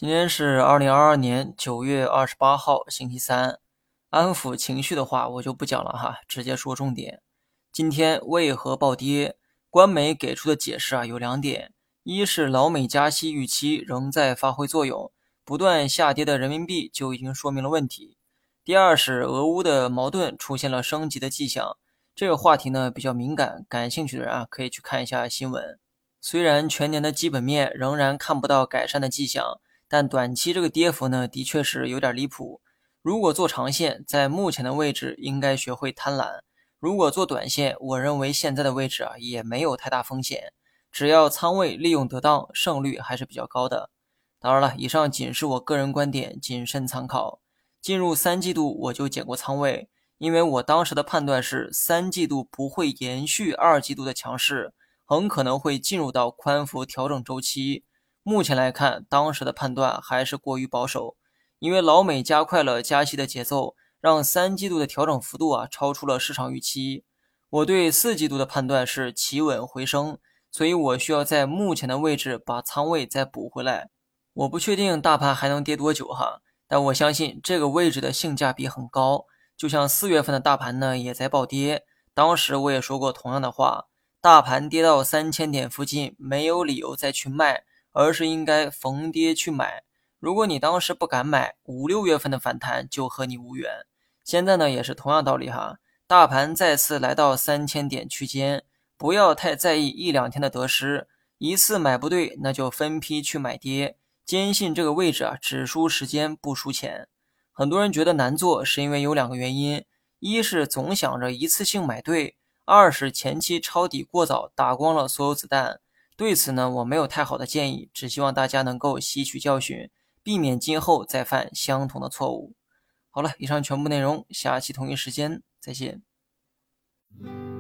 今天是2022年9月28号，星期三。安抚情绪的话我就不讲了哈，直接说重点。今天为何暴跌？官媒给出的解释有两点：一是老美加息预期仍在发挥作用，不断下跌的人民币就已经说明了问题；第二是俄乌的矛盾出现了升级的迹象。这个话题呢比较敏感，感兴趣的人可以去看一下新闻。虽然全年的基本面仍然看不到改善的迹象，但短期这个跌幅呢，的确是有点离谱。如果做长线，在目前的位置应该学会贪婪；如果做短线，我认为现在的位置也没有太大风险，只要仓位利用得当，胜率还是比较高的。当然了，以上仅是我个人观点，谨慎参考。进入三季度我就减过仓位，因为我当时的判断是三季度不会延续二季度的强势，很可能会进入到宽幅调整周期。目前来看，当时的判断还是过于保守，因为老美加快了加息的节奏，让三季度的调整幅度超出了市场预期。我对四季度的判断是企稳回升，所以我需要在目前的位置把仓位再补回来。我不确定大盘还能跌多久哈，但我相信这个位置的性价比很高。就像4月份的大盘呢也在暴跌，当时我也说过同样的话，大盘跌到3000点附近，没有理由再去卖，而是应该逢跌去买。如果你当时不敢买，5、6月份的反弹就和你无缘。现在呢也是同样道理哈，大盘再次来到3000点区间，不要太在意1、2天的得失，一次买不对，那就分批去买跌，坚信这个位置只输时间不输钱。很多人觉得难做，是因为有两个原因：一是总想着一次性买对，二是前期抄底过早，打光了所有子弹。对此呢，我没有太好的建议，只希望大家能够吸取教训，避免今后再犯相同的错误。好了，以上全部内容，下期同一时间再见。